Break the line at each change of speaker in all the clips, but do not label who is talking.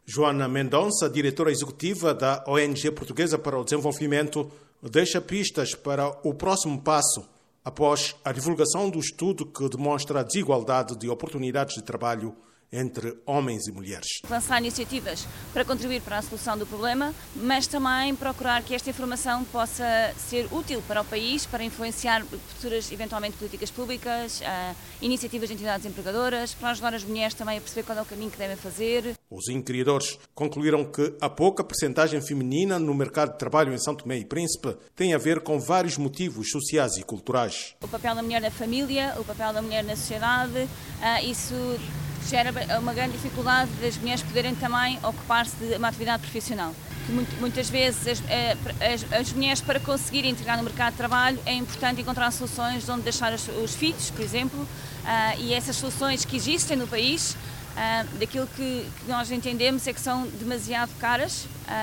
Joana Mendonça, diretora executiva da ONG Portuguesa para o Desenvolvimento, deixa pistas para o próximo passo após a divulgação do estudo que demonstra a desigualdade de oportunidades de trabalho entre homens e mulheres.
Lançar iniciativas para contribuir para a solução do problema, mas também procurar que esta informação possa ser útil para o país, para influenciar futuras, eventualmente, políticas públicas, iniciativas de entidades empregadoras, para ajudar as mulheres também a perceber qual é o caminho que devem fazer.
Os inquiridores concluíram que a pouca percentagem feminina no mercado de trabalho em São Tomé e Príncipe tem a ver com vários motivos sociais e culturais.
O papel da mulher na família, o papel da mulher na sociedade, isso gera uma grande dificuldade das mulheres poderem também ocupar-se de uma atividade profissional. Muitas vezes as mulheres, para conseguirem integrar no mercado de trabalho, é importante encontrar soluções de onde deixar os filhos, por exemplo, e essas soluções que existem no país, daquilo que nós entendemos é que são demasiado caras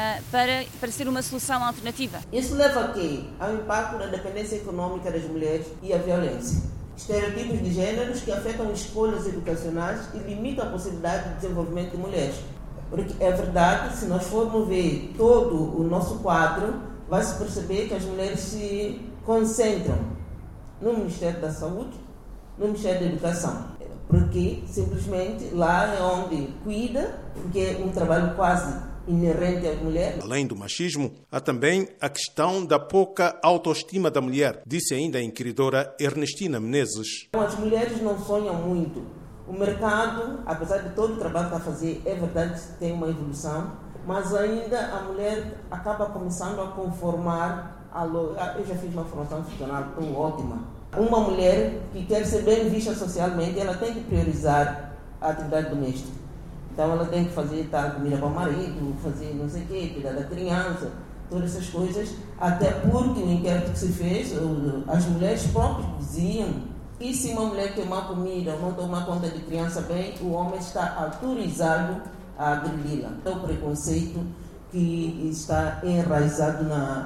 para ser uma solução alternativa.
Isso leva a quê? Ao impacto na dependência econômica das mulheres e à violência. Estereotipos de gêneros que afetam escolhas educacionais e limitam a possibilidade de desenvolvimento de mulheres. Porque é verdade, se nós formos ver todo o nosso quadro, vai-se perceber que as mulheres se concentram no Ministério da Saúde, no Ministério da Educação. Porque simplesmente lá é onde cuida, porque é um trabalho quase inerente à mulher.
Além do machismo, há também a questão da pouca autoestima da mulher, disse ainda a inquiridora Ernestina Menezes.
As mulheres não sonham muito. O mercado, apesar de todo o trabalho que está a fazer, é verdade que tem uma evolução, mas ainda a mulher acaba começando a conformar eu já fiz uma formação profissional tão ótima. Uma mulher que quer ser bem vista socialmente, ela tem que priorizar a atividade doméstica. Então ela tem que fazer comida para o marido, fazer não sei o quê, cuidar da criança, todas essas coisas, até porque o inquérito que se fez, as mulheres próprias diziam que se uma mulher queimar comida ou não tomar conta de criança bem, o homem está autorizado a agredi-la. Então o preconceito que está enraizado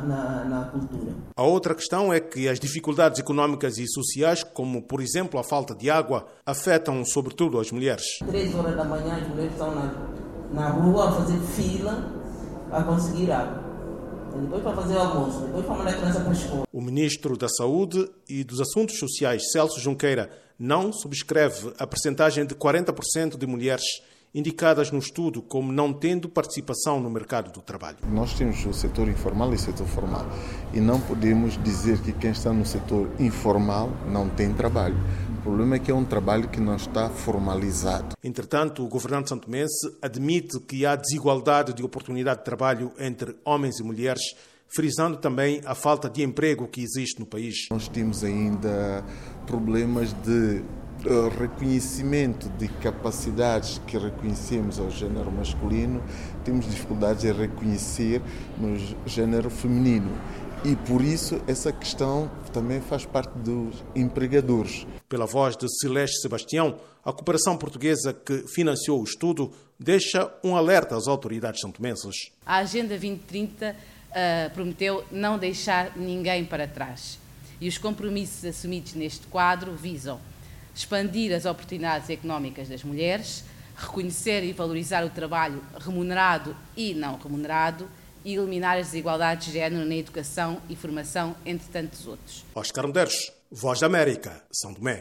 na cultura.
A outra questão é que as dificuldades económicas e sociais, como por exemplo a falta de água, afetam sobretudo as mulheres.
3 horas da manhã as mulheres estão na rua a fazer fila a conseguir água. Depois para fazer o almoço, depois para mandar a criança para a escola.
O ministro da Saúde e dos Assuntos Sociais, Celso Junqueira, não subscreve a percentagem de 40% de mulheres indicadas no estudo como não tendo participação no mercado do trabalho.
Nós temos o setor informal e o setor formal e não podemos dizer que quem está no setor informal não tem trabalho. O problema é que é um trabalho que não está formalizado.
Entretanto, o governante santomense admite que há desigualdade de oportunidade de trabalho entre homens e mulheres, frisando também a falta de emprego que existe no país.
Nós temos ainda problemas de reconhecimento de capacidades que reconhecemos ao género masculino, temos dificuldades em reconhecer no género feminino. E por isso essa questão também faz parte dos empregadores.
Pela voz de Celeste Sebastião, a cooperação portuguesa que financiou o estudo deixa um alerta às autoridades santomenses.
A Agenda 2030 prometeu não deixar ninguém para trás. E os compromissos assumidos neste quadro visam expandir as oportunidades económicas das mulheres, reconhecer e valorizar o trabalho remunerado e não remunerado e eliminar as desigualdades de género na educação e formação, entre tantos outros.
Oscar Medeiros, Voz da América, São Tomé.